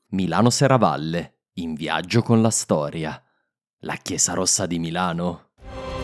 Milano Serravalle, in viaggio con la storia. La Chiesa Rossa di Milano.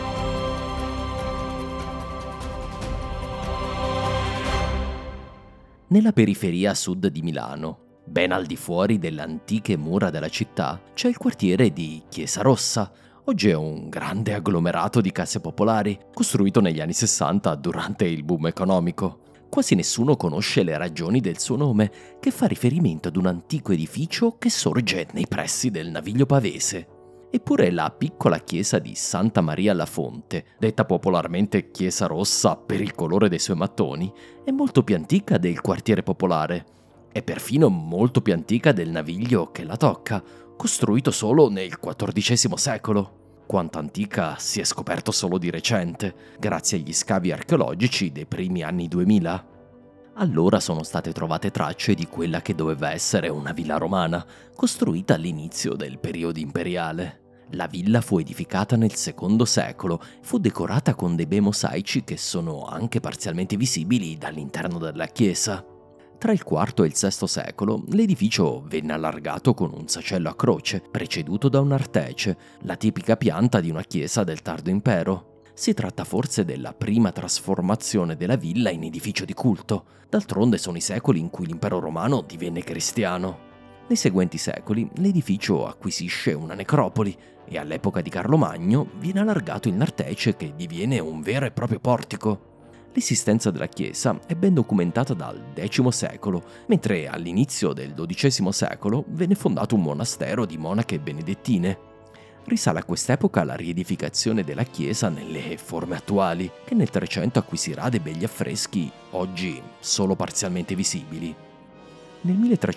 Nella periferia sud di Milano, ben al di fuori delle antiche mura della città, c'è il quartiere di Chiesa Rossa. Oggi è un grande agglomerato di case popolari, costruito negli anni 60 durante il boom economico. Quasi nessuno conosce le ragioni del suo nome, che fa riferimento ad un antico edificio che sorge nei pressi del Naviglio Pavese. Eppure la piccola chiesa di Santa Maria alla Fonte, detta popolarmente Chiesa Rossa per il colore dei suoi mattoni, è molto più antica del quartiere popolare. È perfino molto più antica del Naviglio che la tocca, costruito solo nel XIV secolo. Quanto antica si è scoperto solo di recente, grazie agli scavi archeologici dei primi anni 2000. Allora sono state trovate tracce di quella che doveva essere una villa romana, costruita all'inizio del periodo imperiale. La villa fu edificata nel II secolo e fu decorata con dei bei mosaici che sono anche parzialmente visibili dall'interno della chiesa. Tra il IV e il VI secolo l'edificio venne allargato con un sacello a croce, preceduto da un'artece, la tipica pianta di una chiesa del tardo impero. Si tratta forse della prima trasformazione della villa in edificio di culto. D'altronde sono i secoli in cui l'impero romano divenne cristiano. Nei seguenti secoli l'edificio acquisisce una necropoli e all'epoca di Carlo Magno viene allargato in artece che diviene un vero e proprio portico. L'esistenza della chiesa è ben documentata dal X secolo, mentre all'inizio del XII secolo venne fondato un monastero di monache benedettine. Risale a quest'epoca la riedificazione della chiesa nelle forme attuali, che nel 300 acquisirà dei begli affreschi, oggi solo parzialmente visibili. Nel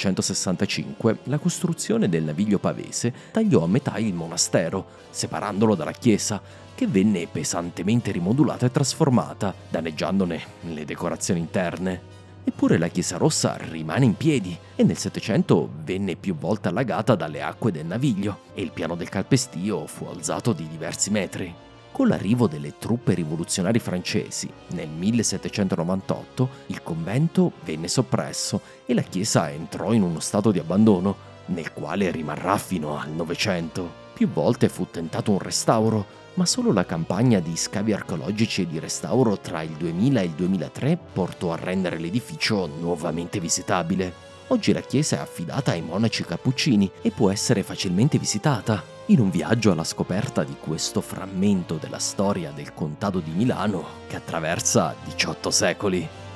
1365 la costruzione del Naviglio Pavese tagliò a metà il monastero, separandolo dalla chiesa, che venne pesantemente rimodulata e trasformata, danneggiandone le decorazioni interne. Eppure la Chiesa Rossa rimane in piedi e nel Settecento venne più volte allagata dalle acque del Naviglio e il piano del calpestio fu alzato di diversi metri. Con l'arrivo delle truppe rivoluzionarie francesi nel 1798 il convento venne soppresso e la chiesa entrò in uno stato di abbandono, nel quale rimarrà fino al Novecento. Più volte fu tentato un restauro, ma solo la campagna di scavi archeologici e di restauro tra il 2000 e il 2003 portò a rendere l'edificio nuovamente visitabile. Oggi la chiesa è affidata ai monaci cappuccini e può essere facilmente visitata, in un viaggio alla scoperta di questo frammento della storia del Contado di Milano che attraversa 18 secoli.